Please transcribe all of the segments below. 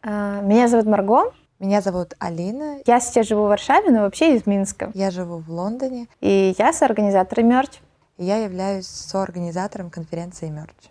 Меня зовут Марго. Меня зовут Алина. Я сейчас живу в Варшаве, но вообще из Минска. Я живу в Лондоне. И я соорганизатор Emerge. И я являюсь соорганизатором конференции Emerge.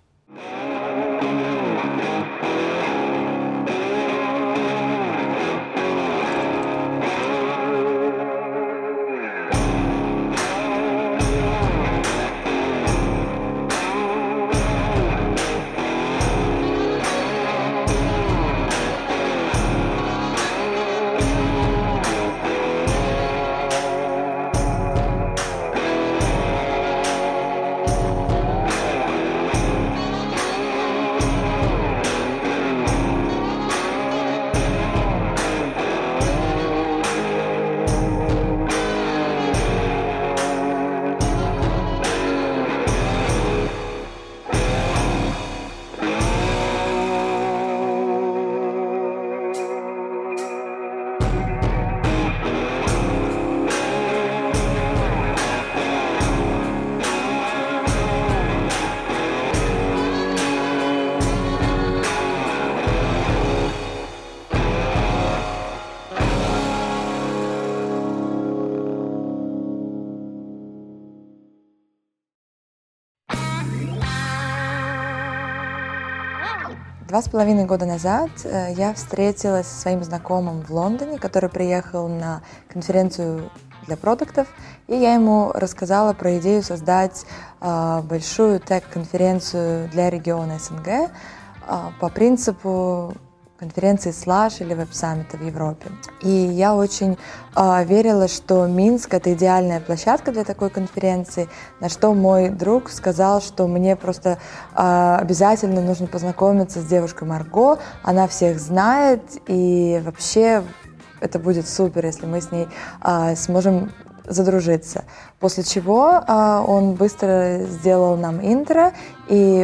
2,5 года назад я встретилась со своим знакомым в Лондоне, который приехал на конференцию для продуктов, и я ему рассказала про идею создать большую тег-конференцию для региона СНГ по принципу конференции Slash или веб-саммита в Европе. И я очень верила, что Минск — это идеальная площадка для такой конференции, на что мой друг сказал, что мне просто обязательно нужно познакомиться с девушкой Марго, она всех знает, и вообще это будет супер, если мы с ней сможем задружиться. После чего он быстро сделал нам интро, и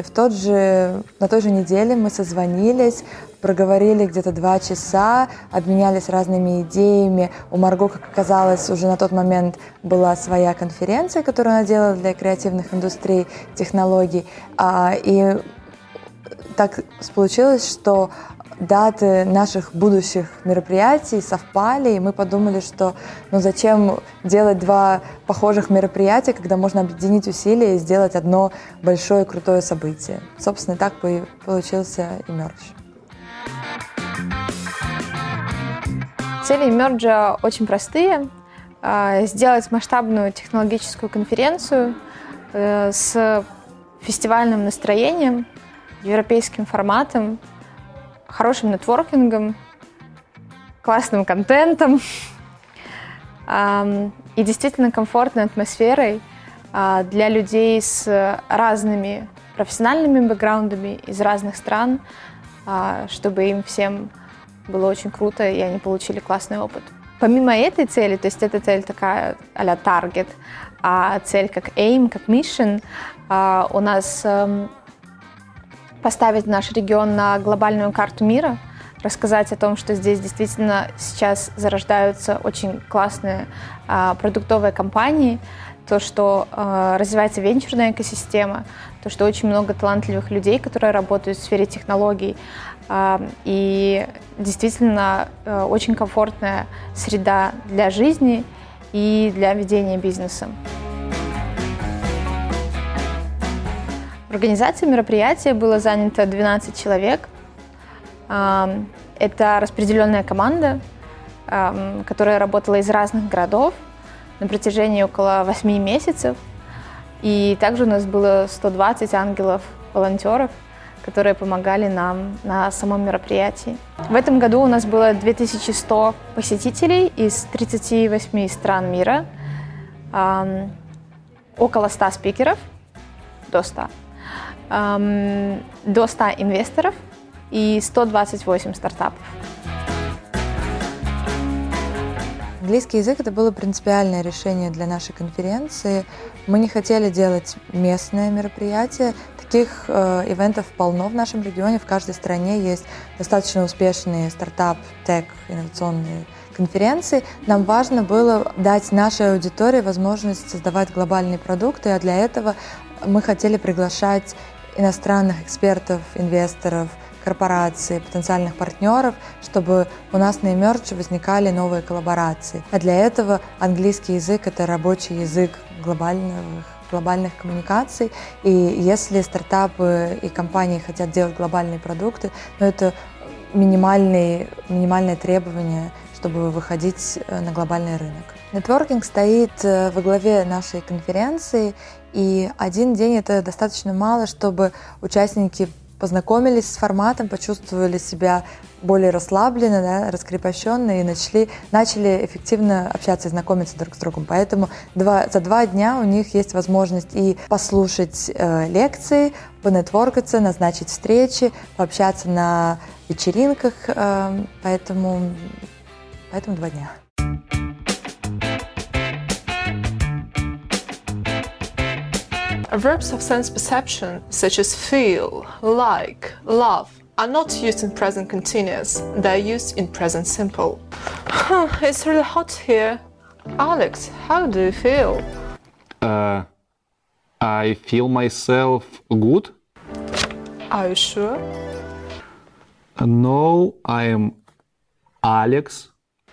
на той же неделе мы созвонились, проговорили где-то 2 часа, обменялись разными идеями. У Марго, как оказалось, уже на тот момент была своя конференция, которую она делала для креативных индустрий, технологий. И так получилось, что даты наших будущих мероприятий совпали, и мы подумали, что зачем делать 2 похожих мероприятия, когда можно объединить усилия и сделать одно большое крутое событие. Собственно, так получился Emerge. Цели Emerge очень простые. Сделать масштабную технологическую конференцию с фестивальным настроением, европейским форматом, хорошим нетворкингом, классным контентом и действительно комфортной атмосферой для людей с разными профессиональными бэкграундами из разных стран, чтобы им всем было очень круто, и они получили классный опыт. Помимо этой цели, то есть эта цель такая а-ля target, а цель как aim, как mission, у нас поставить наш регион на глобальную карту мира, рассказать о том, что здесь действительно сейчас зарождаются очень классные продуктовые компании, то, что развивается венчурная экосистема, то, что очень много талантливых людей, которые работают в сфере технологий, и действительно очень комфортная среда для жизни и для ведения бизнеса. В организации мероприятия было занято 12 человек. Это распределенная команда, которая работала из разных городов на протяжении около 8 месяцев. И также у нас было 120 ангелов-волонтеров, которые помогали нам на самом мероприятии. В этом году у нас было 2100 посетителей из 38 стран мира, около 100 спикеров, до 100 инвесторов и 128 стартапов. Английский язык — это было принципиальное решение для нашей конференции. Мы не хотели делать местное мероприятие. Таких ивентов полно в нашем регионе. В каждой стране есть достаточно успешные стартап, тег, инновационные конференции. Нам важно было дать нашей аудитории возможность создавать глобальные продукты, а для этого мы хотели приглашать иностранных экспертов, инвесторов, корпораций, потенциальных партнеров, чтобы у нас на eMERGE возникали новые коллаборации. А для этого английский язык — это рабочий язык глобальных коммуникаций. И если стартапы и компании хотят делать глобальные продукты, это минимальные требования, чтобы выходить на глобальный рынок. Нетворкинг стоит во главе нашей конференции, и один день — это достаточно мало, чтобы участники познакомились с форматом, почувствовали себя более расслабленно, раскрепощенно и начали эффективно общаться и знакомиться друг с другом. Поэтому за 2 дня у них есть возможность и послушать лекции, понетворкаться, назначить встречи, пообщаться на вечеринках. Поэтому 2 дня. Verbs of sense perception, such as feel, like, love, are not used in present continuous. They're used in present simple. It's really hot here. Alex, how do you feel? I feel myself good. Are you sure? No, I am Alex.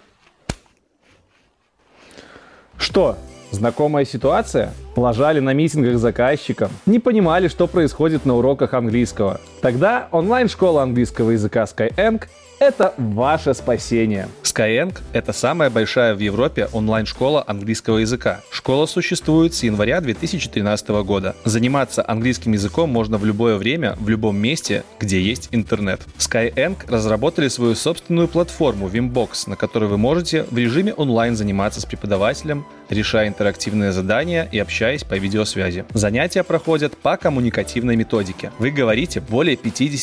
Что? Знакомая ситуация? Лажали на митингах заказчикам, не понимали, что происходит на уроках английского. Тогда онлайн-школа английского языка Skyeng — это ваше спасение. Skyeng — это самая большая в Европе онлайн-школа английского языка. Школа существует с января 2013 года. Заниматься английским языком можно в любое время, в любом месте, где есть интернет. Skyeng разработали свою собственную платформу Vimbox, на которой вы можете в режиме онлайн заниматься с преподавателем, решая интерактивные задания и общаясь по видеосвязи. Занятия проходят по коммуникативной методике. Вы говорите более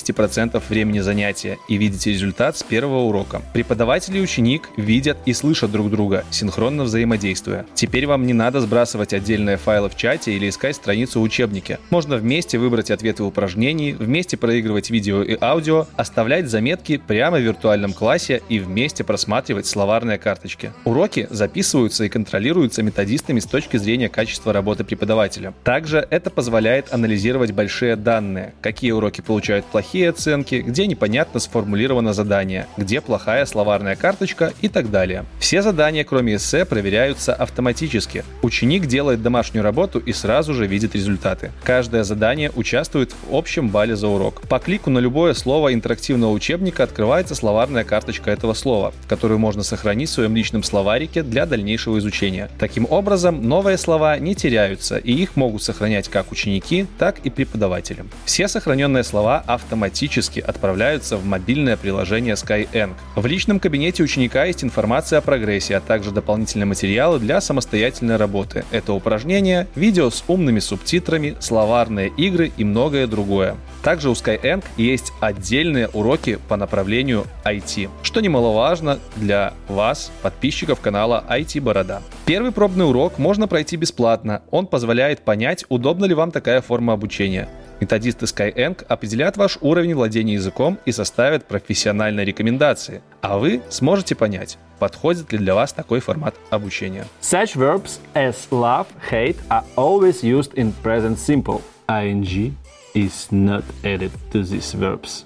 50% времени занятия и видите результат с первого урока. Преподаватель и ученик видят и слышат друг друга, синхронно взаимодействуя. Теперь вам не надо сбрасывать отдельные файлы в чате или искать страницу в учебнике. Можно вместе выбрать ответы упражнений, вместе проигрывать видео и аудио, оставлять заметки прямо в виртуальном классе и вместе просматривать словарные карточки. Уроки записываются и контролируются методистами с точки зрения качества работы преподавателя. Также это позволяет анализировать большие данные, какие уроки получают плохие оценки, где непонятно сформулировано задание, где плохая словарная карточка и так далее. Все задания, кроме эссе, проверяются автоматически. Ученик делает домашнюю работу и сразу же видит результаты. Каждое задание участвует в общем балле за урок. По клику на любое слово интерактивного учебника открывается словарная карточка этого слова, которую можно сохранить в своем личном словарике для дальнейшего изучения. Таким образом, новые слова не теряются, и их могут сохранять как ученики, так и преподаватели. Все сохраненные слова автоматически отправляются в мобильное приложение Skyeng. В личном кабинете ученика есть информация о прогрессе, а также дополнительные материалы для самостоятельной работы. Это упражнения, видео с умными субтитрами, словарные игры и многое другое. Также у Skyeng есть отдельные уроки по направлению IT, что немаловажно для вас, подписчиков канала IT Борода. Первый пробный урок можно пройти бесплатно. Он позволяет понять, удобна ли вам такая форма обучения. Методисты Skyeng определят ваш уровень владения языком и составят профессиональные рекомендации, а вы сможете понять, подходит ли для вас такой формат обучения. Such verbs as love, hate are always used in present simple. ing is not added to these verbs.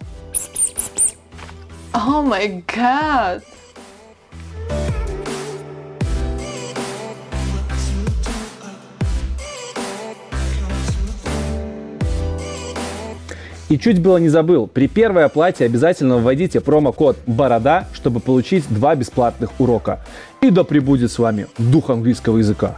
Oh my god! И чуть было не забыл, при первой оплате обязательно вводите промокод БОРОДА, чтобы получить 2 бесплатных урока. И да пребудет с вами дух английского языка.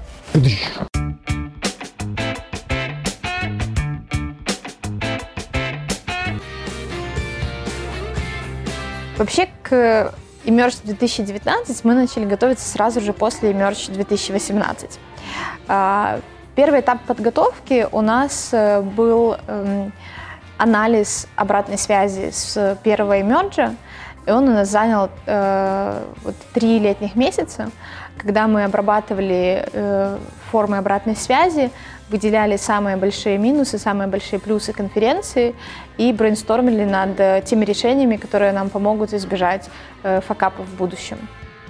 Вообще к eMERGE 2019 мы начали готовиться сразу же после eMERGE 2018. Первый этап подготовки у нас был анализ обратной связи с первого eMERGE, и он у нас занял 3 летних месяца, когда мы обрабатывали формы обратной связи, выделяли самые большие минусы, самые большие плюсы конференции и брейнстормили над теми решениями, которые нам помогут избежать факапов в будущем.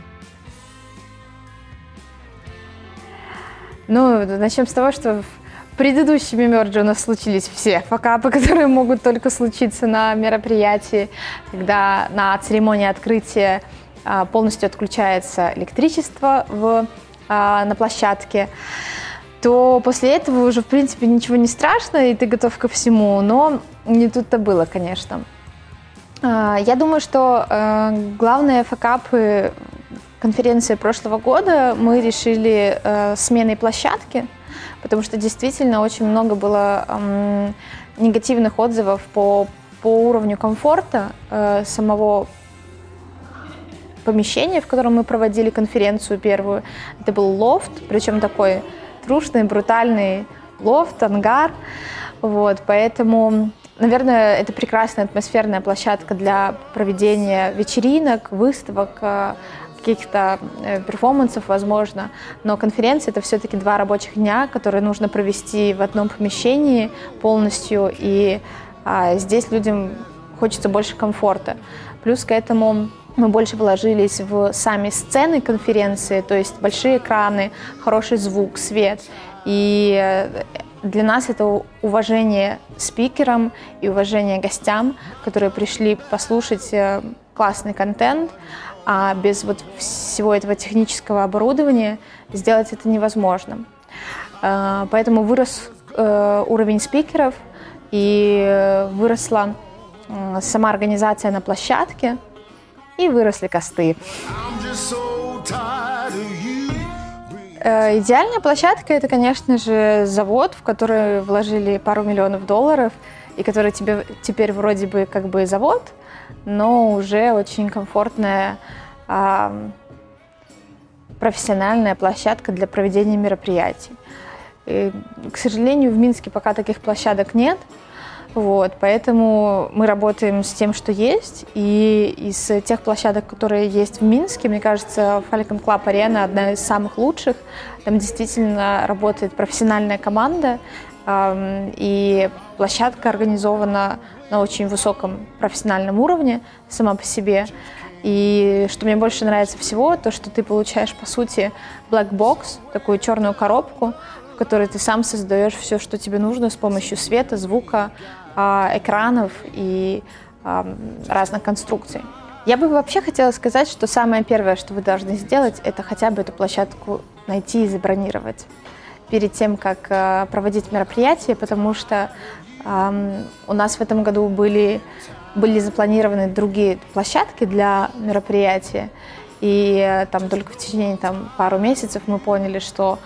Ну, начнем с того, что предыдущими мерджи у нас случились все факапы, которые могут только случиться на мероприятии, когда на церемонии открытия полностью отключается электричество на площадке, то после этого уже, в принципе, ничего не страшно, и ты готов ко всему. Но не тут-то было, конечно. Я думаю, что главные факапы конференции прошлого года мы решили сменой площадки, потому что действительно очень много было негативных отзывов по уровню комфорта самого помещения, в котором мы проводили конференцию первую. Это был лофт, причем такой трушный, брутальный лофт, ангар. Вот, поэтому, наверное, это прекрасная атмосферная площадка для проведения вечеринок, выставок, каких-то перформансов, возможно. Но конференция — это все-таки 2 рабочих дня, которые нужно провести в одном помещении полностью, и здесь людям хочется больше комфорта. Плюс к этому мы больше вложились в сами сцены конференции, то есть большие экраны, хороший звук, свет. И для нас это уважение спикерам и уважение гостям, которые пришли послушать классный контент, а без вот всего этого технического оборудования сделать это невозможно. Поэтому вырос уровень спикеров и выросла сама организация на площадке, и выросли косты. Идеальная площадка — это, конечно же, завод, в который вложили пару миллионов долларов, и который теперь вроде бы как бы завод, но уже очень комфортная профессиональная площадка для проведения мероприятий. И, к сожалению, в Минске пока таких площадок нет. Вот, поэтому мы работаем с тем, что есть, и из тех площадок, которые есть в Минске, мне кажется, Falcon Club Arena одна из самых лучших. Там действительно работает профессиональная команда, и площадка организована на очень высоком профессиональном уровне сама по себе. И что мне больше нравится всего, то, что ты получаешь, по сути, black box, такую черную коробку, в которой ты сам создаешь все, что тебе нужно с помощью света, звука, экранов и разных конструкций. Я бы вообще хотела сказать, что самое первое, что вы должны сделать, это хотя бы эту площадку найти и забронировать перед тем, как проводить мероприятие, потому что у нас в этом году были запланированы другие площадки для мероприятия, и там только в течение пару месяцев мы поняли, что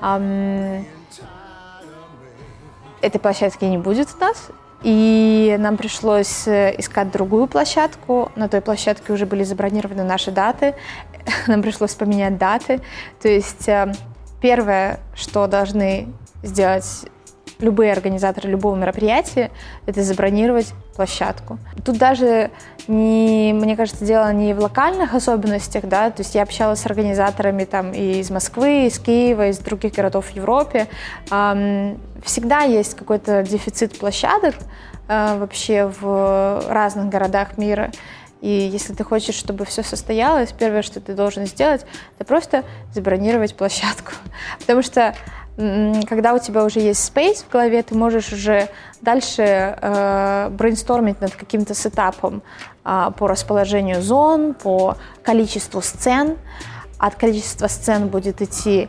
этой площадки не будет у нас, и нам пришлось искать другую площадку. На той площадке уже были забронированы наши даты, нам пришлось поменять даты. То есть первое, что должны сделать любые организаторы любого мероприятия, это забронировать площадку. Тут даже, мне кажется, дело не в локальных особенностях, да, то есть я общалась с организаторами и из Москвы, из Киева, из других городов в Европе. Всегда есть какой-то дефицит площадок вообще в разных городах мира. И если ты хочешь, чтобы все состоялось, первое, что ты должен сделать, это просто забронировать площадку. Потому что когда у тебя уже есть space в голове, ты можешь уже дальше брейнстормить над каким-то сетапом по расположению зон, по количеству сцен. От количества сцен будет идти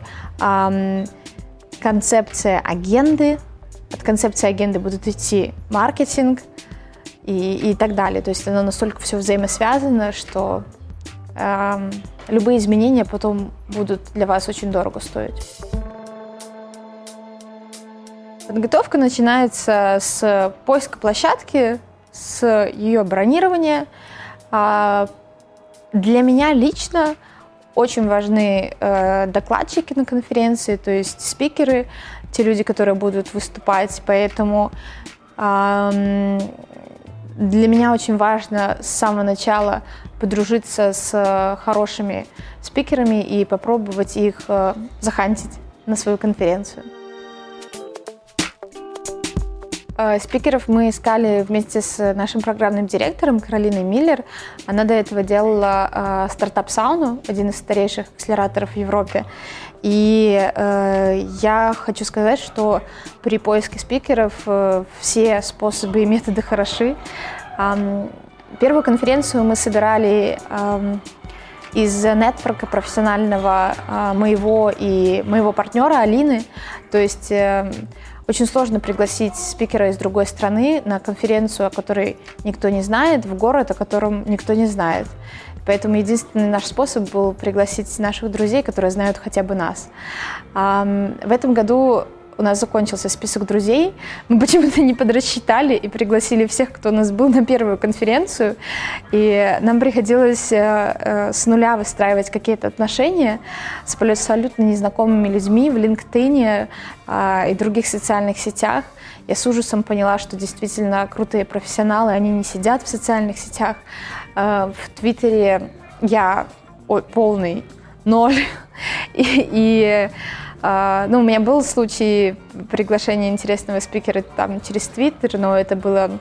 концепция агенды, от концепции агенды будет идти маркетинг и так далее. То есть оно настолько все взаимосвязано, что любые изменения потом будут для вас очень дорого стоить. Подготовка начинается с поиска площадки, с ее бронирования. Для меня лично очень важны докладчики на конференции, то есть спикеры, те люди, которые будут выступать. Поэтому для меня очень важно с самого начала подружиться с хорошими спикерами и попробовать их захантить на свою конференцию. Спикеров мы искали вместе с нашим программным директором Каролиной Миллер. Она до этого делала стартап-сауну, один из старейших акселераторов в Европе. И я хочу сказать, что при поиске спикеров все способы и методы хороши. Первую конференцию мы собирали из нетворка профессионального моего и моего партнера Алины. То есть очень сложно пригласить спикера из другой страны на конференцию, о которой никто не знает, в город, о котором никто не знает. Поэтому единственный наш способ был пригласить наших друзей, которые знают хотя бы нас. В этом году у нас закончился список друзей. Мы почему-то не подрасчитали и пригласили всех, кто у нас был на первую конференцию. И нам приходилось с нуля выстраивать какие-то отношения с абсолютно незнакомыми людьми в LinkedIn и других социальных сетях. Я с ужасом поняла, что действительно крутые профессионалы, они не сидят в социальных сетях. В Твиттере я полный ноль. У меня был случай приглашения интересного спикера там, через Твиттер, но это было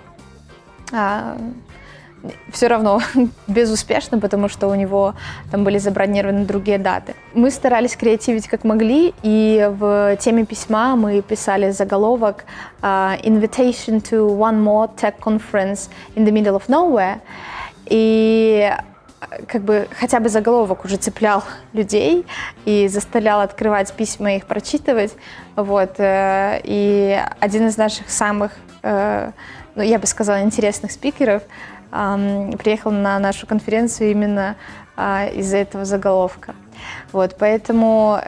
все равно безуспешно, потому что у него там были забронированы другие даты. Мы старались креативить как могли, и в теме письма мы писали заголовок «Invitation to one more tech conference in the middle of nowhere». И как бы хотя бы заголовок уже цеплял людей и заставлял открывать письма и их прочитывать. Вот. И один из наших самых, я бы сказала, интересных спикеров приехал на нашу конференцию именно из-за этого заголовка. Вот. Поэтому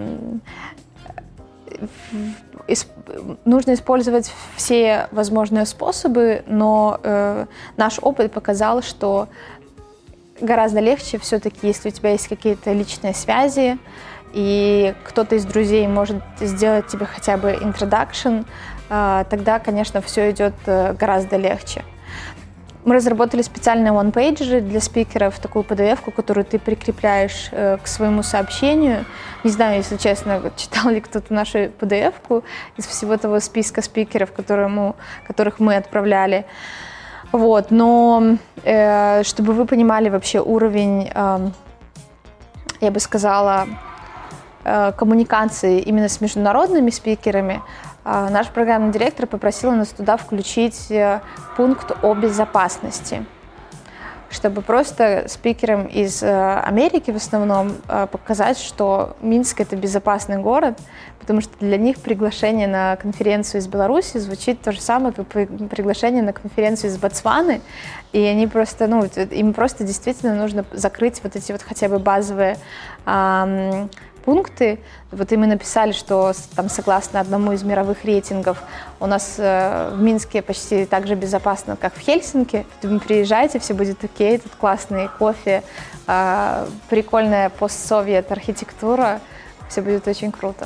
нужно использовать все возможные способы, но наш опыт показал, что гораздо легче все-таки, если у тебя есть какие-то личные связи, и кто-то из друзей может сделать тебе хотя бы introduction, тогда, конечно, все идет гораздо легче. Мы разработали специальные one-pager для спикеров, такую PDF-ку, которую ты прикрепляешь к своему сообщению. Не знаю, если честно, читал ли кто-то нашу PDF-ку из всего того списка спикеров, которых мы отправляли. Вот, но чтобы вы понимали вообще уровень, я бы сказала, коммуникации именно с международными спикерами, наш программный директор попросил нас туда включить пункт о безопасности, чтобы просто спикерам из Америки в основном показать, что Минск — это безопасный город, потому что для них приглашение на конференцию из Беларуси звучит то же самое, как приглашение на конференцию из Ботсваны, и они просто, им просто действительно нужно закрыть вот эти вот хотя бы базовые пункты. Вот и мы написали, что там, согласно одному из мировых рейтингов, у нас в Минске почти так же безопасно, как в Хельсинки. Вы приезжайте, все будет окей, тут классный кофе, прикольная постсовет архитектура, все будет очень круто.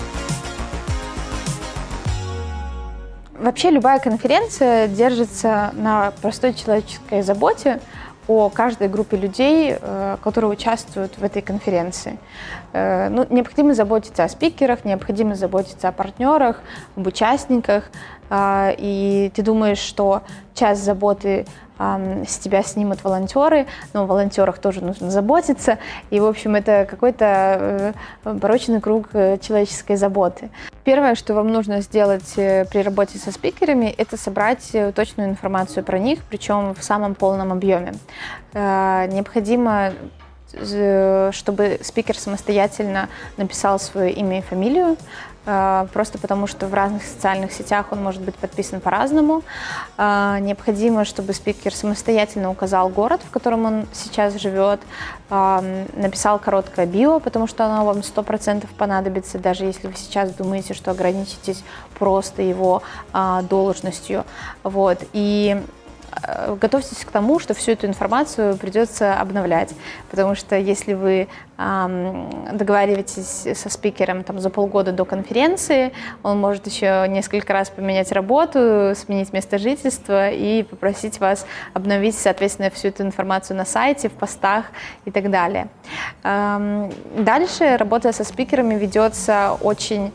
Вообще любая конференция держится на простой человеческой заботе о каждой группе людей, которые участвуют в этой конференции. Необходимо заботиться о спикерах, необходимо заботиться о партнерах, об участниках. И ты думаешь, что часть заботы с тебя снимут волонтеры, но о волонтерах тоже нужно заботиться. И, в общем, это какой-то порочный круг человеческой заботы. Первое, что вам нужно сделать при работе со спикерами, это собрать точную информацию про них, причем в самом полном объеме. Необходимо, чтобы спикер самостоятельно написал свое имя и фамилию, просто потому что в разных социальных сетях он может быть подписан по-разному. Необходимо, чтобы спикер самостоятельно указал город, в котором он сейчас живет, написал короткое био, потому что оно вам 100% понадобится, даже если вы сейчас думаете, что ограничитесь просто его должностью. Вот. И готовьтесь к тому, что всю эту информацию придется обновлять, потому что если вы договариваетесь со спикером за полгода до конференции, он может еще несколько раз поменять работу, сменить место жительства и попросить вас обновить, соответственно, всю эту информацию на сайте, в постах и так далее. Дальше работа со спикерами ведется очень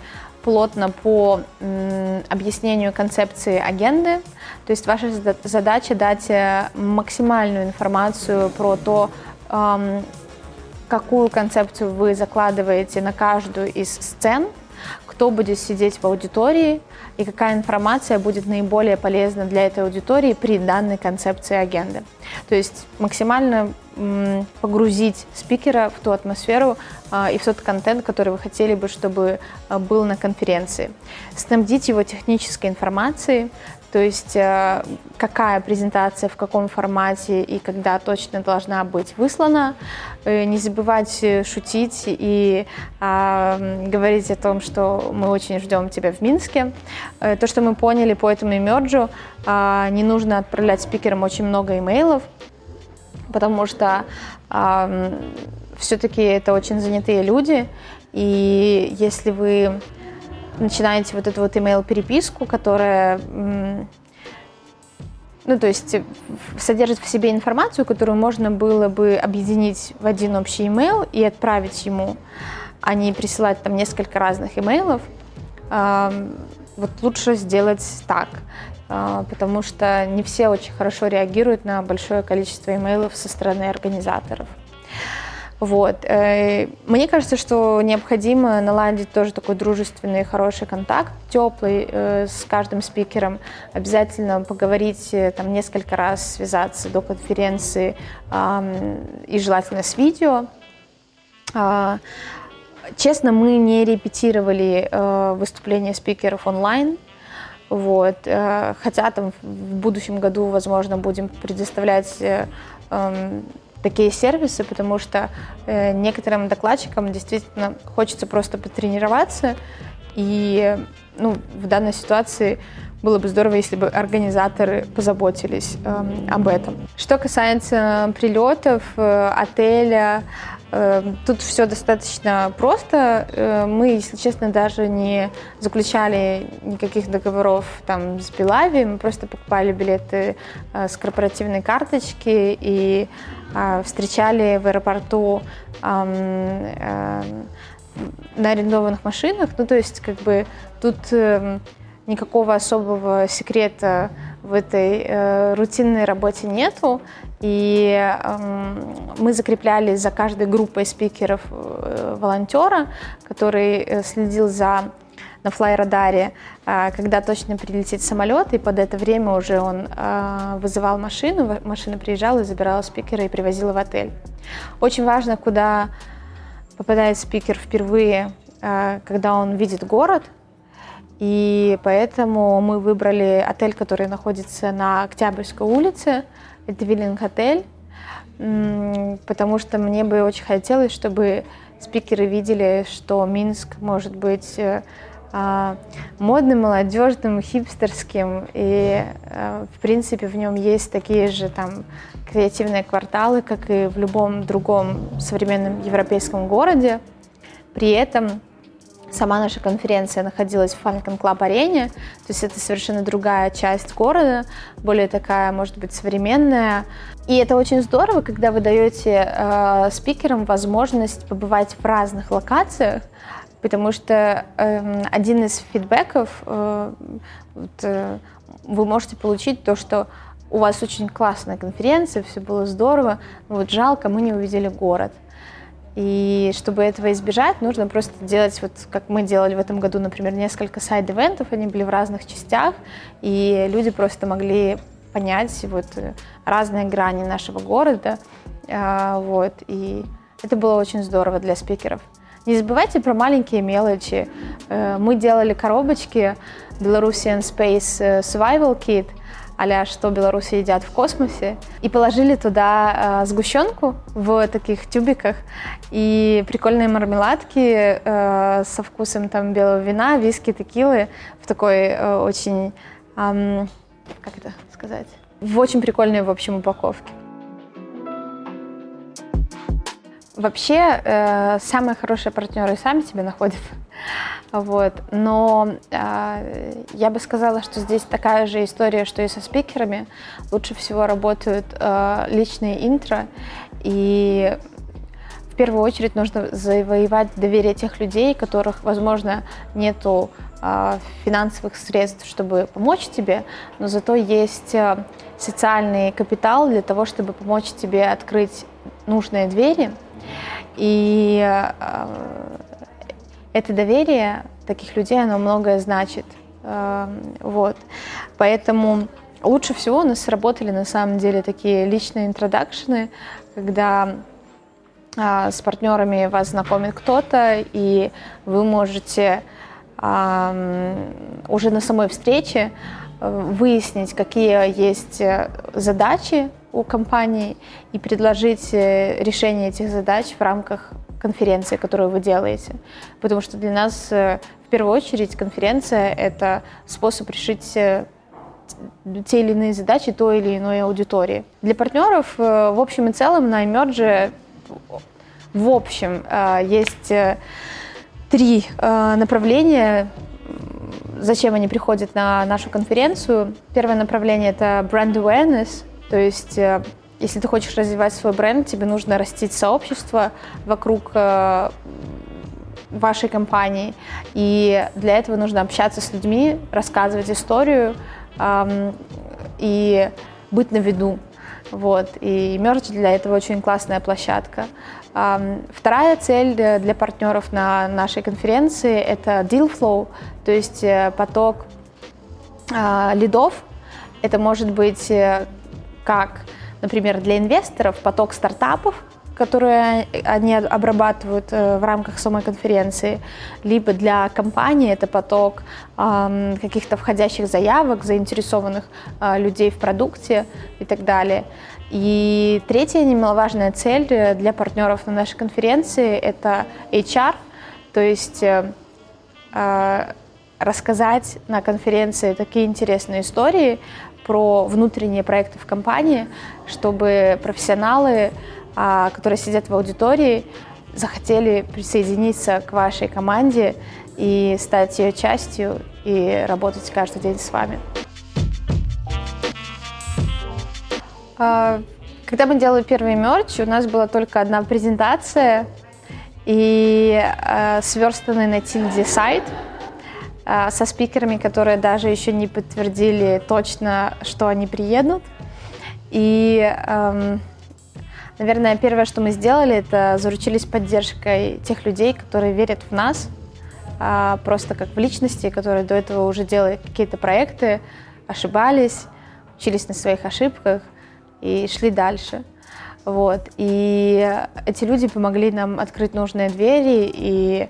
плотно по объяснению концепции агенды. То есть ваша задача дать максимальную информацию про то, какую концепцию вы закладываете на каждую из сцен, кто будет сидеть в аудитории и какая информация будет наиболее полезна для этой аудитории при данной концепции агенды. То есть максимально погрузить спикера в ту атмосферу и в тот контент, который вы хотели бы, чтобы был на конференции. Снабдить его технической информацией, то есть какая презентация, в каком формате и когда точно должна быть выслана. Не забывать шутить и говорить о том, что мы очень ждем тебя в Минске. То, что мы поняли по этому имерджу, не нужно отправлять спикерам очень много имейлов, потому что все-таки это очень занятые люди, и если вы начинаете вот эту вот email-переписку, которая, то есть содержит в себе информацию, которую можно было бы объединить в один общий email и отправить ему, а не присылать там несколько разных имейлов, вот лучше сделать так, потому что не все очень хорошо реагируют на большое количество имейлов со стороны организаторов. Вот. Мне кажется, что необходимо наладить тоже такой дружественный, хороший контакт, теплый с каждым спикером. Обязательно поговорить, там, несколько раз связаться до конференции и желательно с видео. Честно, мы не репетировали выступления спикеров онлайн. Вот. Хотя там в будущем году, возможно, будем предоставлять такие сервисы, потому что некоторым докладчикам действительно хочется просто потренироваться, и в данной ситуации было бы здорово, если бы организаторы позаботились об этом. Что касается прилетов, отеля, тут все достаточно просто. Мы, если честно, даже не заключали никаких договоров там с Белави, мы просто покупали билеты с корпоративной карточки и встречали в аэропорту на арендованных машинах. То есть, тут никакого особого секрета в этой рутинной работе нету. И мы закрепляли за каждой группой спикеров волонтера, который следил на флай-радаре, когда точно прилетит самолет, и под это время уже он вызывал машину, машина приезжала и забирала спикера и привозила в отель. Очень важно, куда попадает спикер впервые, когда он видит город, и поэтому мы выбрали отель, который находится на Октябрьской улице, это Виллинг-отель, потому что мне бы очень хотелось, чтобы спикеры видели, что Минск может быть модным, молодежным, хипстерским, и в принципе в нем есть такие же там креативные кварталы, как и в любом другом современном европейском городе. При этом сама наша конференция находилась в Falcon Club арене, то есть это совершенно другая часть города, более такая, может быть, современная. И это очень здорово, когда вы даете спикерам возможность побывать в разных локациях, потому что один из фидбэков вы можете получить то, что у вас очень классная конференция, все было здорово, но вот жалко, мы не увидели город. И чтобы этого избежать, нужно просто делать, вот как мы делали в этом году, например, несколько сайд-ивентов, они были в разных частях, и люди просто могли понять вот разные грани нашего города. Вот, и это было очень здорово для спикеров. Не забывайте про маленькие мелочи. Мы делали коробочки Belarusian Space Survival Kit, а-ля «Что белорусы едят в космосе», и положили туда сгущенку в таких тюбиках и прикольные мармеладки со вкусом там белого вина, виски, текилы в такой очень, как это сказать, в очень прикольной, в общем, упаковке. Вообще, самые хорошие партнеры сами себя находят. Вот. Но я бы сказала, что здесь такая же история, что и со спикерами. Лучше всего работают личные интро. И, в первую очередь нужно завоевать доверие тех людей, у которых, возможно, нету финансовых средств, чтобы помочь тебе, но зато есть социальный капитал для того, чтобы помочь тебе открыть нужные двери. И это доверие таких людей, оно многое значит. Вот. Поэтому лучше всего у нас сработали на самом деле такие личные интродакшены, когда с партнерами вас знакомит кто-то, и вы можете уже на самой встрече выяснить, какие есть задачи у компании, и предложить решение этих задач в рамках конференции, которую вы делаете. Потому что для нас в первую очередь конференция — это способ решить те или иные задачи той или иной аудитории. Для партнеров в общем и целом на Emerge в общем есть 3 направления, зачем они приходят на нашу конференцию. Первое направление — это бренд awareness, то есть если ты хочешь развивать свой бренд, тебе нужно растить сообщество вокруг вашей компании, и для этого нужно общаться с людьми, рассказывать историю и быть на виду. Вот. И Emerge для этого очень классная площадка. Вторая цель для партнеров на нашей конференции — это deal flow, то есть поток лидов. Это может быть как, например, для инвесторов поток стартапов, которые они обрабатывают в рамках самой конференции, либо для компании это поток каких-то входящих заявок, заинтересованных людей в продукте и так далее. И третья немаловажная цель для партнеров на нашей конференции — это HR, то есть рассказать на конференции такие интересные истории про внутренние проекты в компании, чтобы профессионалы, которые сидят в аудитории, захотели присоединиться к вашей команде и стать ее частью и работать каждый день с вами. Когда мы делали первый Emerge, у нас была только одна презентация и сверстанный на Тильде сайт со спикерами, которые даже еще не подтвердили точно, что они приедут. И, наверное, первое, что мы сделали, это заручились поддержкой тех людей, которые верят в нас, просто как в личности, которые до этого уже делали какие-то проекты, ошибались, учились на своих ошибках и шли дальше. Вот. И эти люди помогли нам открыть нужные двери и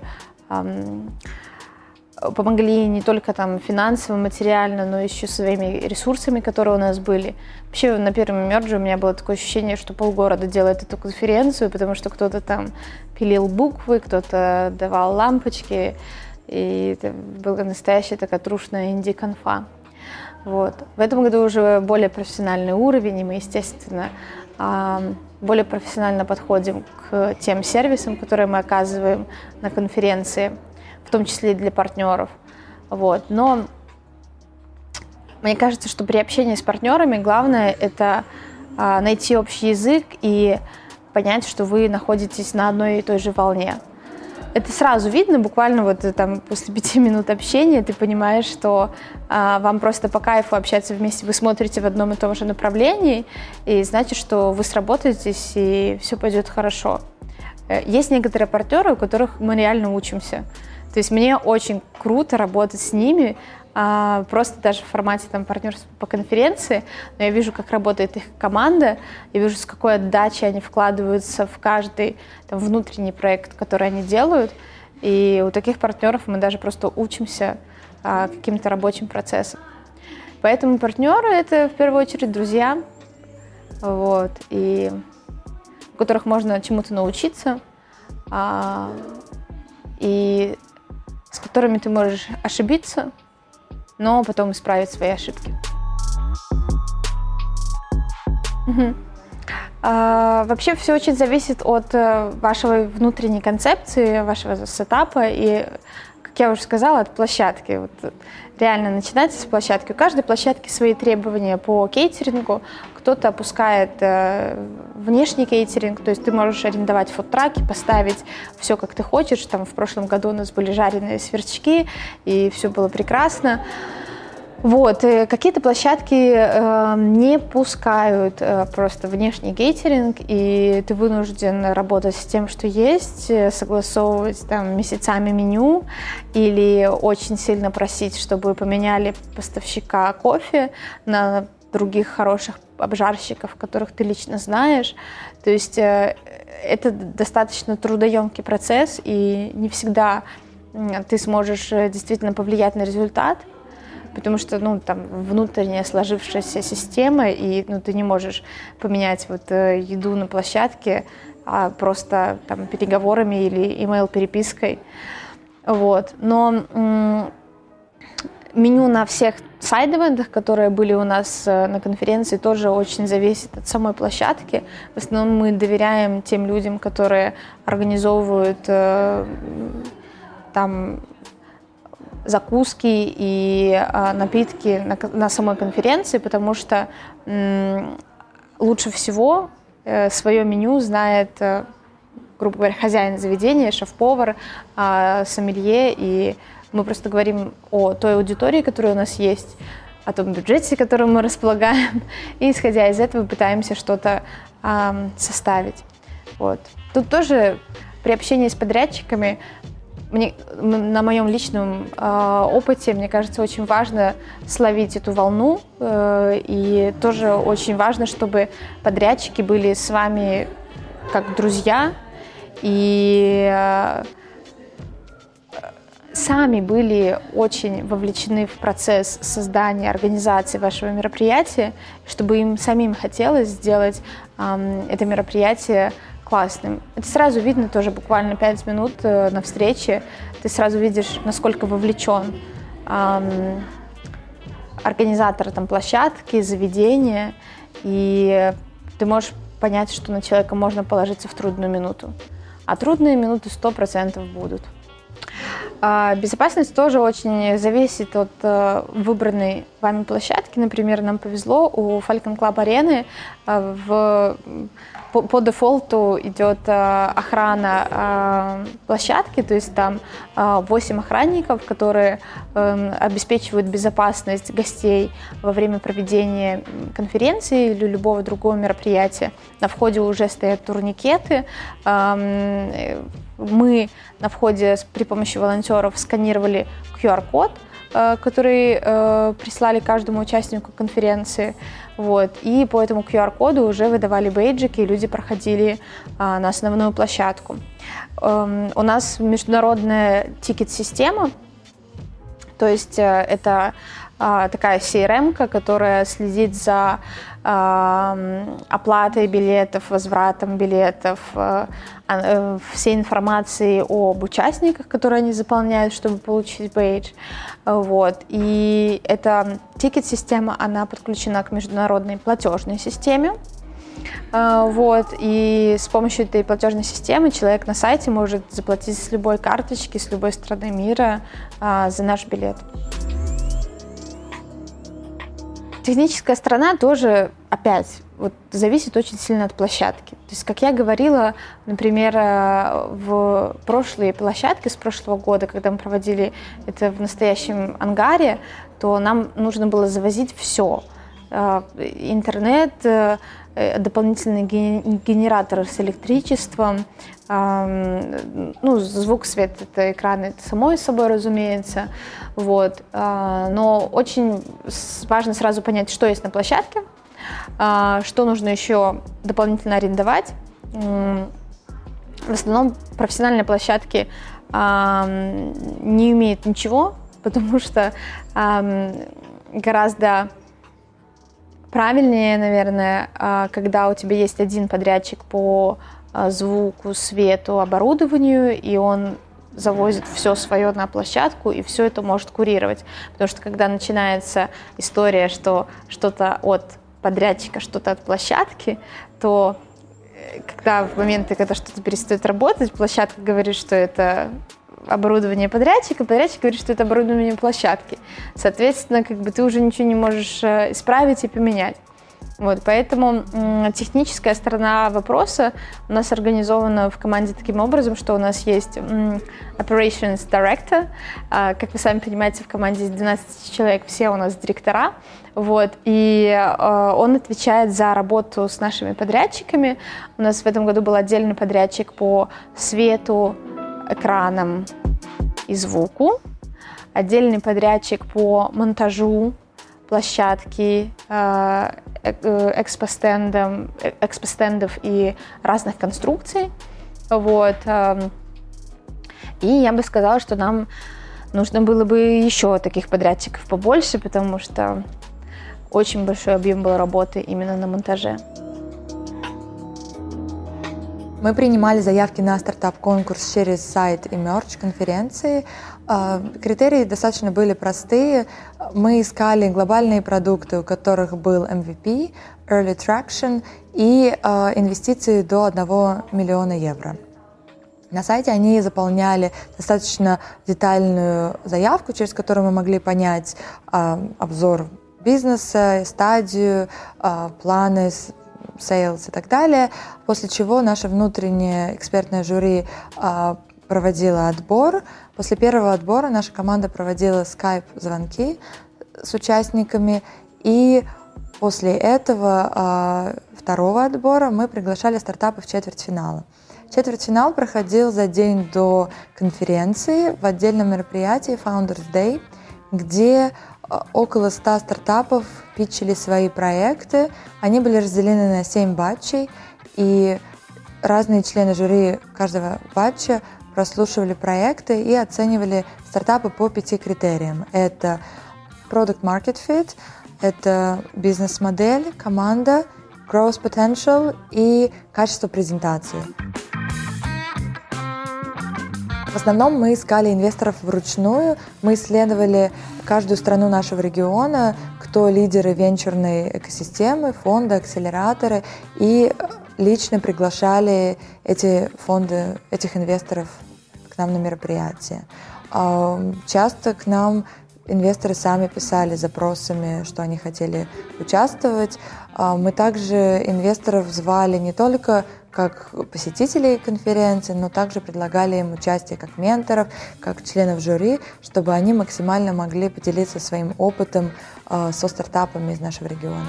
помогли не только там финансово, материально, но еще своими ресурсами, которые у нас были. Вообще на первом Emerge у меня было такое ощущение, что полгорода делает эту конференцию, потому что кто-то там пилил буквы, кто-то давал лампочки, и это была настоящая такая трушная инди-конфа. Вот. В этом году уже более профессиональный уровень, и мы, естественно, более профессионально подходим к тем сервисам, которые мы оказываем на конференции, в том числе и для партнеров. Вот. Но мне кажется, что при общении с партнерами главное — это найти общий язык и понять, что вы находитесь на одной и той же волне. Это сразу видно, буквально вот там после 5 минут общения ты понимаешь, что вам просто по кайфу общаться вместе, вы смотрите в одном и том же направлении, и значит, что вы сработаетесь и все пойдет хорошо. Есть некоторые партнеры, у которых мы реально учимся. То есть мне очень круто работать с ними, просто даже в формате там, партнерства по конференции, но я вижу, как работает их команда, я вижу, с какой отдачей они вкладываются в каждый там, внутренний проект, который они делают, и у таких партнеров мы даже просто учимся каким-то рабочим процессом. Поэтому партнеры — это в первую очередь друзья, вот, и у которых можно чему-то научиться, и с которыми ты можешь ошибиться, но потом исправить свои ошибки. Вообще все очень зависит от вашей внутренней концепции, вашего сетапа и как я уже сказала, от площадки. Вот реально начинается с площадки. У каждой площадки свои требования по кейтерингу. Кто-то опускает внешний кейтеринг, то есть ты можешь арендовать фудтраки, поставить все, как ты хочешь. Там в прошлом году у нас были жареные сверчки, и все было прекрасно. Вот. Какие-то площадки не пускают просто внешний кейтеринг, и ты вынужден работать с тем, что есть, согласовывать там месяцами меню или очень сильно просить, чтобы поменяли поставщика кофе на других хороших обжарщиков, которых ты лично знаешь. То есть это достаточно трудоемкий процесс, и не всегда ты сможешь действительно повлиять на результат, потому что, там внутренняя сложившаяся система, и, ты не можешь поменять еду на площадке, а просто там переговорами или email-перепиской. Вот. Но меню на всех сайд-ивентах, которые были у нас на конференции, тоже очень зависит от самой площадки. В основном мы доверяем тем людям, которые организовывают там закуски и напитки на самой конференции, потому что лучше всего свое меню знает, грубо говоря, хозяин заведения, шеф-повар, сомелье, и мы просто говорим о той аудитории, которая у нас есть, о том бюджете, которым мы располагаем, и, исходя из этого, пытаемся что-то составить. Вот. Тут тоже при общении с подрядчиками на моем личном опыте, мне кажется, очень важно словить эту волну, и тоже очень важно, чтобы подрядчики были с вами как друзья, и сами были очень вовлечены в процесс создания, организации вашего мероприятия, чтобы им самим хотелось сделать это мероприятие классным. Это сразу видно тоже буквально 5 минут на встрече. Ты сразу видишь, насколько вовлечен организатор площадки, заведения, и ты можешь понять, что на человека можно положиться в трудную минуту. А трудные минуты 100% будут. Безопасность тоже очень зависит от выбранной вами площадки. Например, нам повезло, у Falcon Club арены по дефолту идет охрана площадки, то есть там 8 охранников, которые обеспечивают безопасность гостей во время проведения конференции или любого другого мероприятия. На входе уже стоят турникеты. Мы на входе при помощи волонтеров сканировали QR-код, который прислали каждому участнику конференции. Вот. И по этому QR-коду уже выдавали бейджики, и люди проходили на основную площадку. У нас международная тикет-система, то есть это такая CRM-ка, которая следит за оплатой билетов, возвратом билетов, всей информацией об участниках, которые они заполняют, чтобы получить бейдж. Вот. И эта тикет-система, она подключена к международной платежной системе. Вот. И с помощью этой платежной системы человек на сайте может заплатить с любой карточки, с любой страны мира за наш билет. Техническая сторона тоже, опять, зависит очень сильно от площадки. То есть, как я говорила, например, в прошлые площадки с прошлого года, когда мы проводили это в настоящем ангаре, то нам нужно было завозить все. Интернет, дополнительные генераторы с электричеством, звук, свет, это экраны, это само собой разумеется. Вот. Но очень важно сразу понять, что есть на площадке, что нужно еще дополнительно арендовать. В основном профессиональные площадки не имеют ничего, потому что гораздо правильнее, наверное, когда у тебя есть один подрядчик по звуку, свету, оборудованию, и он завозит все свое на площадку и все это может курировать. Потому что когда начинается история, что что-то от подрядчика, что-то от площадки, то когда в моменты, когда что-то перестает работать, площадка говорит, что это оборудование подрядчика, подрядчик говорит, что это оборудование площадки. Соответственно, ты уже ничего не можешь исправить и поменять. Вот, поэтому техническая сторона вопроса у нас организована в команде таким образом, что у нас есть Operations Director. Как вы сами понимаете, в команде из 12 человек все у нас директора. Вот, и он отвечает за работу с нашими подрядчиками. У нас в этом году был отдельный подрядчик по свету, экранам и звуку. Отдельный подрядчик по монтажу площадки, экспостендов и разных конструкций. Вот. И я бы сказала, что нам нужно было бы еще таких подрядчиков побольше, потому что очень большой объем был работы именно на монтаже. Мы принимали заявки на стартап-конкурс через сайт и мерч конференции. Критерии достаточно были простые. Мы искали глобальные продукты, у которых был MVP, Early Traction и инвестиции до 1 миллиона евро. На сайте они заполняли достаточно детальную заявку, через которую мы могли понять обзор бизнеса, стадию, планы, sales и так далее, после чего наше внутреннее экспертное жюри проводило отбор. После первого отбора наша команда проводила скайп-звонки с участниками, и после этого второго отбора мы приглашали стартапы в четвертьфиналы. Четвертьфинал проходил за день до конференции в отдельном мероприятии Founders Day, где около 100 стартапов питчили свои проекты. Они были разделены на 7 батчей, и разные члены жюри каждого батча прослушивали проекты и оценивали стартапы по 5 критериям. Это Product Market Fit, это бизнес-модель, команда, Growth Potential и качество презентации. В основном мы искали инвесторов вручную, мы исследовали каждую страну нашего региона, кто лидеры венчурной экосистемы, фонды, акселераторы, и лично приглашали эти фонды, этих инвесторов к нам на мероприятие. Часто к нам инвесторы сами писали запросами, что они хотели участвовать. Мы также инвесторов звали не только как посетителей конференции, но также предлагали им участие как менторов, как членов жюри, чтобы они максимально могли поделиться своим опытом со стартапами из нашего региона.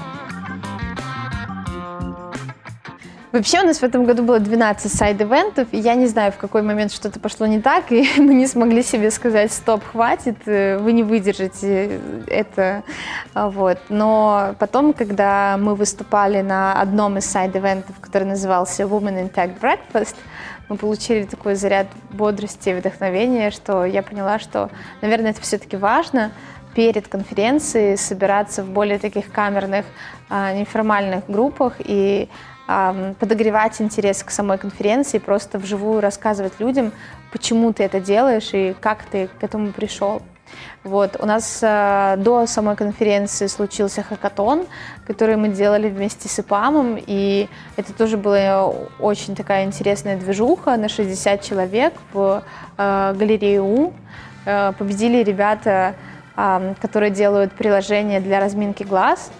Вообще у нас в этом году было 12 сайд-ивентов, и я не знаю, в какой момент что-то пошло не так, и мы не смогли себе сказать: стоп, хватит, вы не выдержите это. Вот. Но потом, когда мы выступали на одном из сайд-ивентов, который назывался Women in Tech Breakfast, мы получили такой заряд бодрости и вдохновения, что я поняла, что, наверное, это все-таки важно перед конференцией собираться в более таких камерных, неформальных группах и подогревать интерес к самой конференции, просто вживую рассказывать людям, почему ты это делаешь и как ты к этому пришел. Вот. У нас до самой конференции случился хакатон, который мы делали вместе с ИПАМом, и это тоже была очень такая интересная движуха на 60 человек в галерее У. Победили ребята, которые делают приложение для разминки глаз.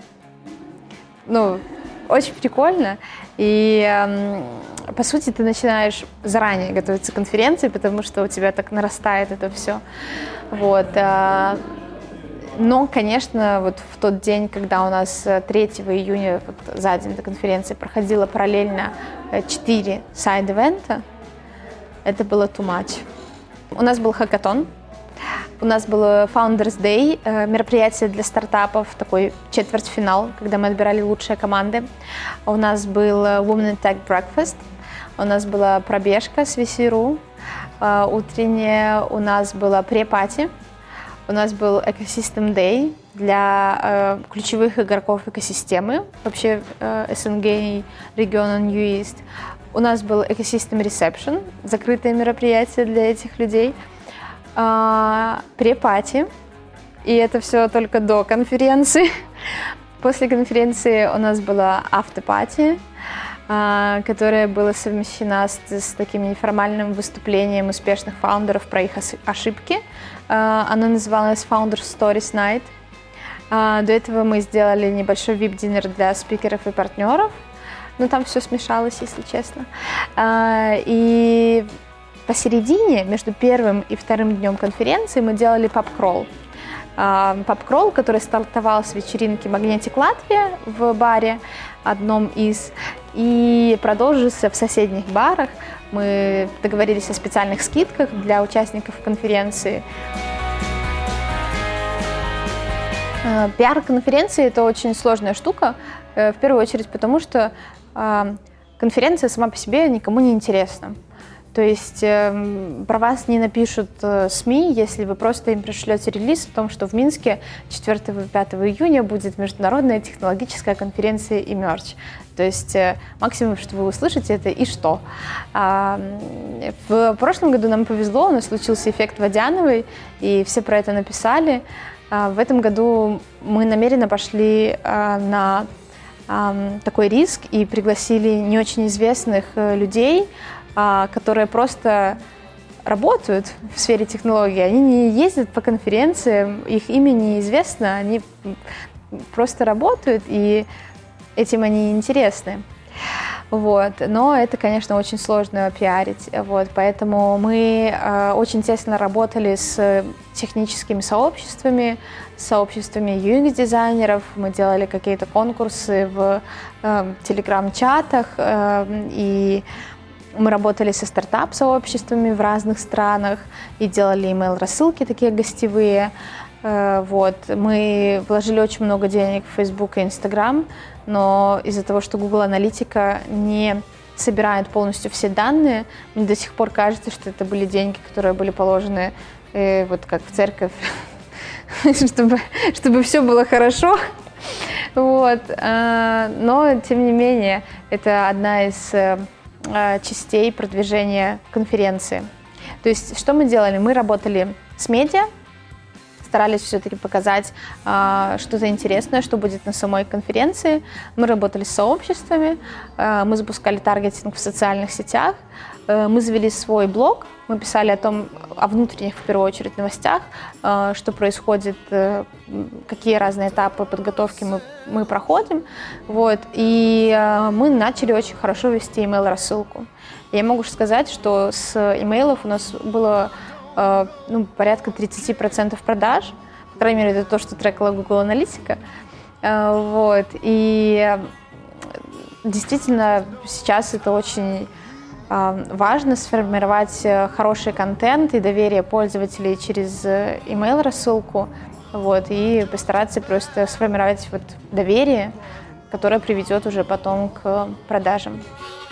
Очень прикольно, и по сути ты начинаешь заранее готовиться к конференции, потому что у тебя так нарастает это все. Вот. Но, конечно, вот в тот день, когда у нас 3 июня, за день до конференции, проходило параллельно 4 сайд-ивента, это было too much. У нас был хакатон. У нас был Founders Day, мероприятие для стартапов, такой четвертьфинал, когда мы отбирали лучшие команды. У нас был Women in Tech Breakfast, у нас была пробежка с VC.ru утренняя, у нас была пре-пати, у нас был Ecosystem Day для ключевых игроков экосистемы, вообще СНГ, региона New East. У нас был Ecosystem Reception, закрытое мероприятие для этих людей. Пре-пати, и это все только до конференции. После конференции у нас была автопати, которая была совмещена с таким неформальным выступлением успешных фаундеров про их ошибки. Она называлась Founders Stories Night. До этого мы сделали небольшой VIP-динер для спикеров и партнеров. Но там все смешалось, если честно. И посередине, между первым и вторым днем конференции, мы делали паб-кролл. Паб-кролл, который стартовал с вечеринки «Магнетик Латвия» в баре, одном из, и продолжился в соседних барах. Мы договорились о специальных скидках для участников конференции. Пиар конференции – это очень сложная штука, в первую очередь потому, что конференция сама по себе никому не интересна. То есть про вас не напишут СМИ, если вы просто им пришлете релиз о том, что в Минске 4-5 июня будет международная технологическая конференция Emerge. То есть максимум, что вы услышите, это «и что?». В прошлом году нам повезло, у нас случился эффект Водяновой, и все про это написали. В этом году мы намеренно пошли на такой риск и пригласили не очень известных людей, которые просто работают в сфере технологий. Они не ездят по конференциям, их имя неизвестно, они просто работают, и этим они интересны. Вот. Но это, конечно, очень сложно пиарить. Вот. Поэтому мы очень тесно работали с техническими сообществами, с сообществами UX-дизайнеров. Мы делали какие-то конкурсы в телеграм-чатах, и мы работали со стартап-сообществами в разных странах и делали email-рассылки такие гостевые. Вот. Мы вложили очень много денег в Facebook и Instagram, но из-за того, что Google Аналитика не собирает полностью все данные, мне до сих пор кажется, что это были деньги, которые были положены вот как в церковь, чтобы все было хорошо. Вот. Но, тем не менее, это одна из частей продвижения конференции. То есть, что мы делали? Мы работали с медиа, старались все-таки показать что-то интересное, что будет на самой конференции. Мы работали с сообществами, мы запускали таргетинг в социальных сетях, мы завели свой блог, мы писали о внутренних, в первую очередь, новостях, что происходит, какие разные этапы подготовки мы проходим. Вот. И мы начали очень хорошо вести email-рассылку. Я могу сказать, что с имейлов у нас было порядка 30% продаж. По крайней мере, это то, что трекала Google Аналитика. Вот. И действительно, сейчас это очень важно сформировать хороший контент и доверие пользователей через email-рассылку, вот, и постараться просто сформировать вот доверие, которое приведет уже потом к продажам.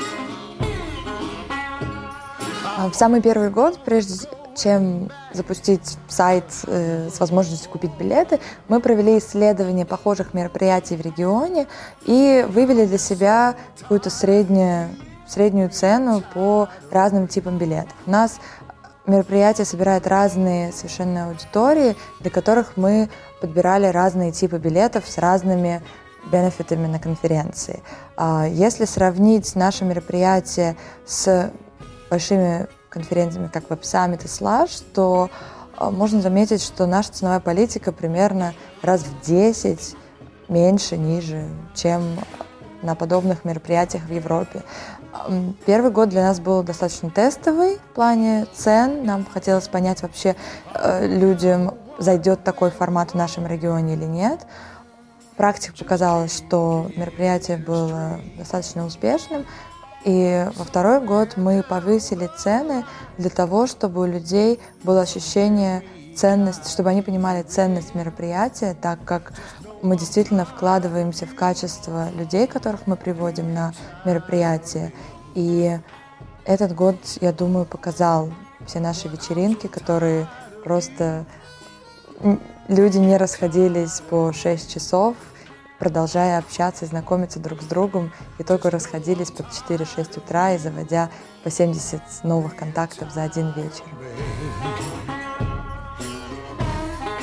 В самый первый год, прежде чем запустить сайт с возможностью купить билеты, мы провели исследование похожих мероприятий в регионе и вывели для себя какую-то среднюю цену по разным типам билетов. У нас мероприятие собирает разные совершенно аудитории, для которых мы подбирали разные типы билетов с разными бенефитами на конференции. Если сравнить наше мероприятие с большими конференциями, как Web Summit и Slush, то можно заметить, что наша ценовая политика примерно раз в 10 меньше, ниже, чем на подобных мероприятиях в Европе. Первый год для нас был достаточно тестовый в плане цен. Нам хотелось понять, вообще людям зайдет такой формат в нашем регионе или нет. Практика показала, что мероприятие было достаточно успешным. И во второй год мы повысили цены для того, чтобы у людей было ощущение ценности, чтобы они понимали ценность мероприятия, так как мы действительно вкладываемся в качество людей, которых мы приводим на мероприятие. И этот год, я думаю, показал все наши вечеринки, которые просто люди не расходились по 6 часов, продолжая общаться и знакомиться друг с другом, и только расходились под 4-6 утра и заводя по 70 новых контактов за один вечер.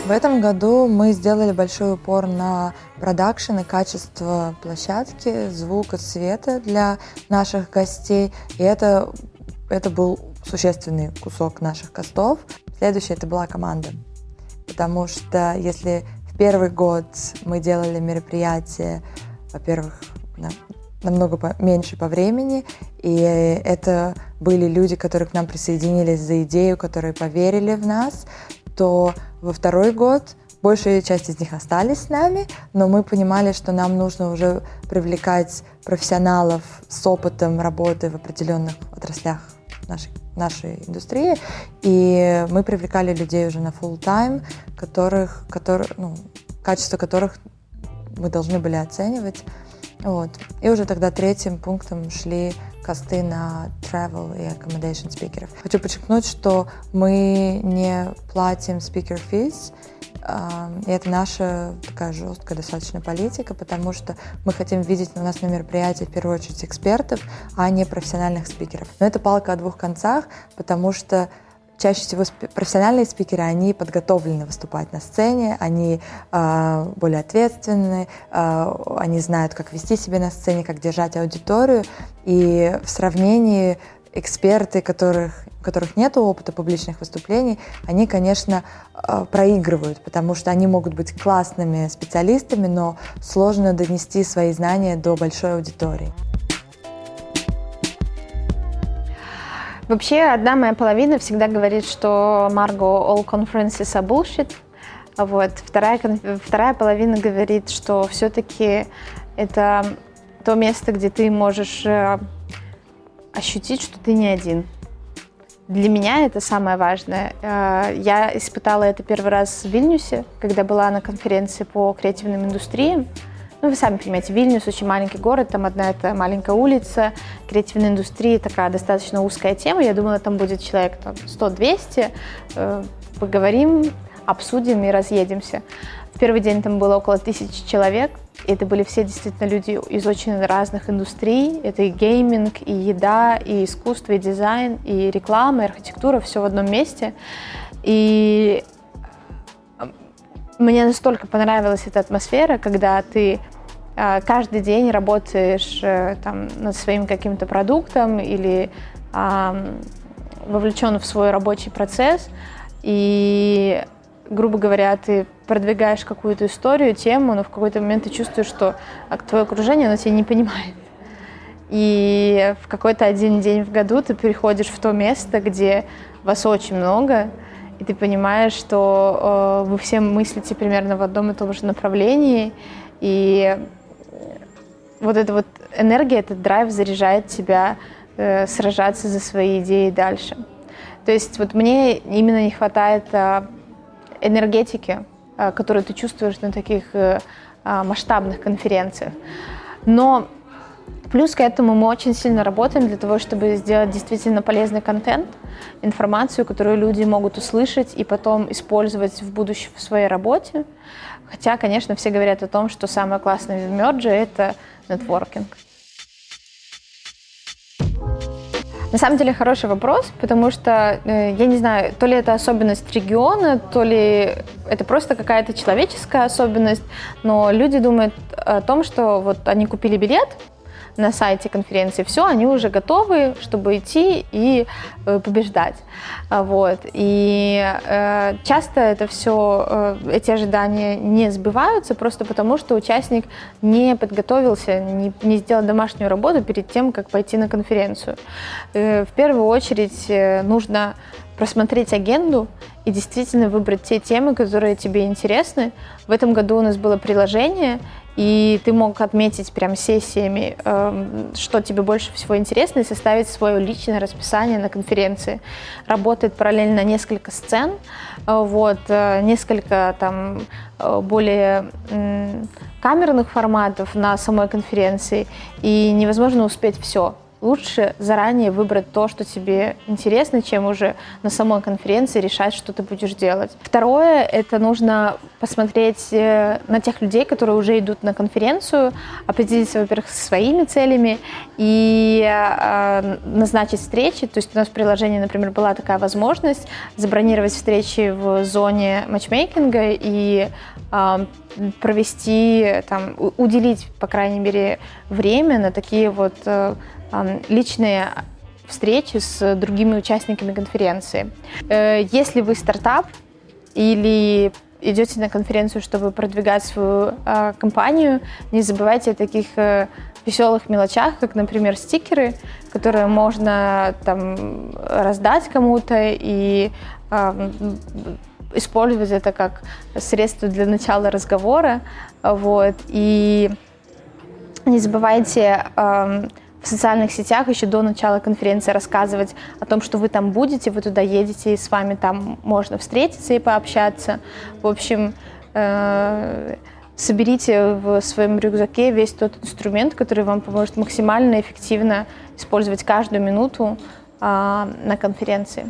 В этом году мы сделали большой упор на продакшн и качество площадки, звука, света для наших гостей. И это был существенный кусок наших костов. Следующее это была команда. Потому что если в первый год мы делали мероприятие, во-первых, намного меньше по времени, и это были люди, которые к нам присоединились за идею, которые поверили в нас, то во второй год большая часть из них остались с нами, но мы понимали, что нам нужно уже привлекать профессионалов с опытом работы в определенных отраслях нашей индустрии, и мы привлекали людей уже на full-time, качество которых мы должны были оценивать. Вот. И уже тогда третьим пунктом шли косты на travel и accommodation спикеров. Хочу подчеркнуть, что мы не платим speaker fees, и это наша такая жесткая достаточно политика, потому что мы хотим видеть у нас на мероприятии в первую очередь экспертов, а не профессиональных спикеров. Но это палка о двух концах, потому что чаще всего профессиональные спикеры, они подготовлены выступать на сцене, они более ответственны, они знают, как вести себя на сцене, как держать аудиторию. И в сравнении эксперты, у которых нет опыта публичных выступлений, они, конечно, проигрывают, потому что они могут быть классными специалистами, но сложно донести свои знания до большой аудитории. Вообще, одна моя половина всегда говорит, что Марго, all conferences are bullshit. Вот. Вторая половина говорит, что все-таки это то место, где ты можешь ощутить, что ты не один. Для меня это самое важное. Я испытала это первый раз в Вильнюсе, когда была на конференции по креативным индустриям. Ну, вы сами понимаете, Вильнюс очень маленький город, там одна эта маленькая улица, креативная индустрия такая достаточно узкая тема. Я думала, там будет человек 100-200, поговорим, обсудим и разъедемся. В первый день там было около 1000 человек, и это были все действительно люди из очень разных индустрий. Это и гейминг, и еда, и искусство, и дизайн, и реклама, и архитектура, все в одном месте. И мне настолько понравилась эта атмосфера, когда ты каждый день работаешь над своим каким-то продуктом или вовлечен в свой рабочий процесс, и, грубо говоря, ты продвигаешь какую-то историю, тему, но в какой-то момент ты чувствуешь, что твое окружение, оно тебя не понимает. И в какой-то один день в году ты переходишь в то место, где вас очень много, и ты понимаешь, что вы все мыслите примерно в одном и том же направлении, и вот эта вот энергия, этот драйв заряжает тебя сражаться за свои идеи дальше. То есть вот мне именно не хватает энергетики, которую ты чувствуешь на таких масштабных конференциях. Но плюс к этому мы очень сильно работаем для того, чтобы сделать действительно полезный контент, информацию, которую люди могут услышать и потом использовать в будущем в своей работе. Хотя, конечно, все говорят о том, что самое классное в мердже – это нетворкинг. На самом деле хороший вопрос, потому что, я не знаю, то ли это особенность региона, то ли это просто какая-то человеческая особенность, но люди думают о том, что вот они купили билет на сайте конференции, все, они уже готовы, чтобы идти и побеждать. Вот. И часто это все, эти ожидания не сбываются просто потому, что участник не подготовился, не сделал домашнюю работу перед тем, как пойти на конференцию. В первую очередь нужно просмотреть агенду и действительно выбрать те темы, которые тебе интересны. В этом году у нас было приложение, и ты мог отметить прям сессиями, что тебе больше всего интересно, и составить свое личное расписание на конференции. Работает параллельно несколько сцен, вот, несколько там более камерных форматов на самой конференции, и невозможно успеть все. лучше заранее выбрать то, что тебе интересно, чем уже на самой конференции решать, что ты будешь делать. Второе, это нужно посмотреть на тех людей, которые уже идут на конференцию, определиться, во-первых, со своими целями и назначить встречи. То есть у нас в приложении, например, была такая возможность забронировать встречи в зоне матчмейкинга и провести, там, уделить, по крайней мере, время на такие вот личные встречи с другими участниками конференции. Если вы стартап или идете на конференцию, чтобы продвигать свою компанию, не забывайте о таких веселых мелочах, как, например, стикеры, которые можно там раздать кому-то и использовать это как средство для начала разговора. Вот. И не забывайте в социальных сетях еще до начала конференции рассказывать о том, что вы там будете, вы туда едете, и с вами там можно встретиться и пообщаться. В общем, соберите в своем рюкзаке весь тот инструмент, который вам поможет максимально эффективно использовать каждую минуту на конференции.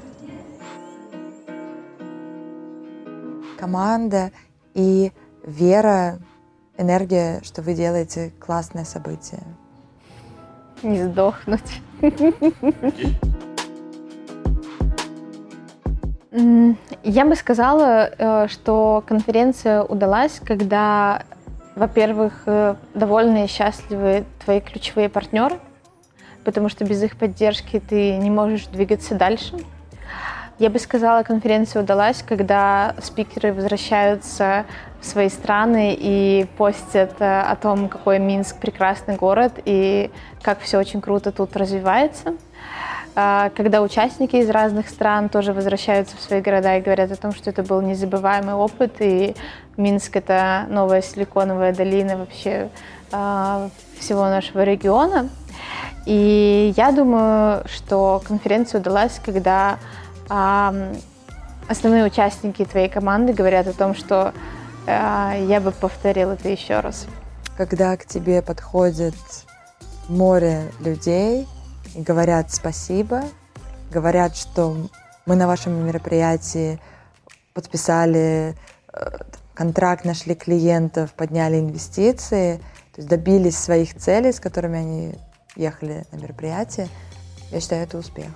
Команда и вера, энергия, что вы делаете классное событие. Не сдохнуть. Я бы сказала, что конференция удалась, когда, во-первых, довольны и счастливы твои ключевые партнеры, потому что без их поддержки ты не можешь двигаться дальше. Я бы сказала, конференция удалась, когда спикеры возвращаются в свои страны и постят о том, какой Минск прекрасный город и как все очень круто тут развивается. Когда участники из разных стран тоже возвращаются в свои города и говорят о том, что это был незабываемый опыт, и Минск — это новая силиконовая долина вообще всего нашего региона. И я думаю, что конференция удалась, когда основные участники твоей команды говорят о том, что я бы повторил это еще раз. Когда к тебе подходит море людей и говорят спасибо, говорят, что мы на вашем мероприятии подписали контракт, нашли клиентов, подняли инвестиции, то есть добились своих целей, с которыми они ехали на мероприятие, я считаю, это успех.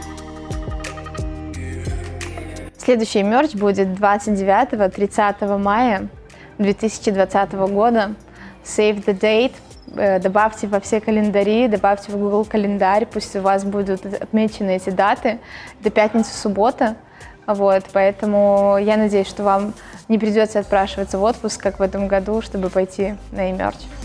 Следующий мерч будет 29-30 мая 2020 года. Save the date. Добавьте во все календари, добавьте в Google календарь, пусть у вас будут отмечены эти даты. Это пятница, суббота. Вот, поэтому я надеюсь, что вам не придется отпрашиваться в отпуск, как в этом году, чтобы пойти на e-merch.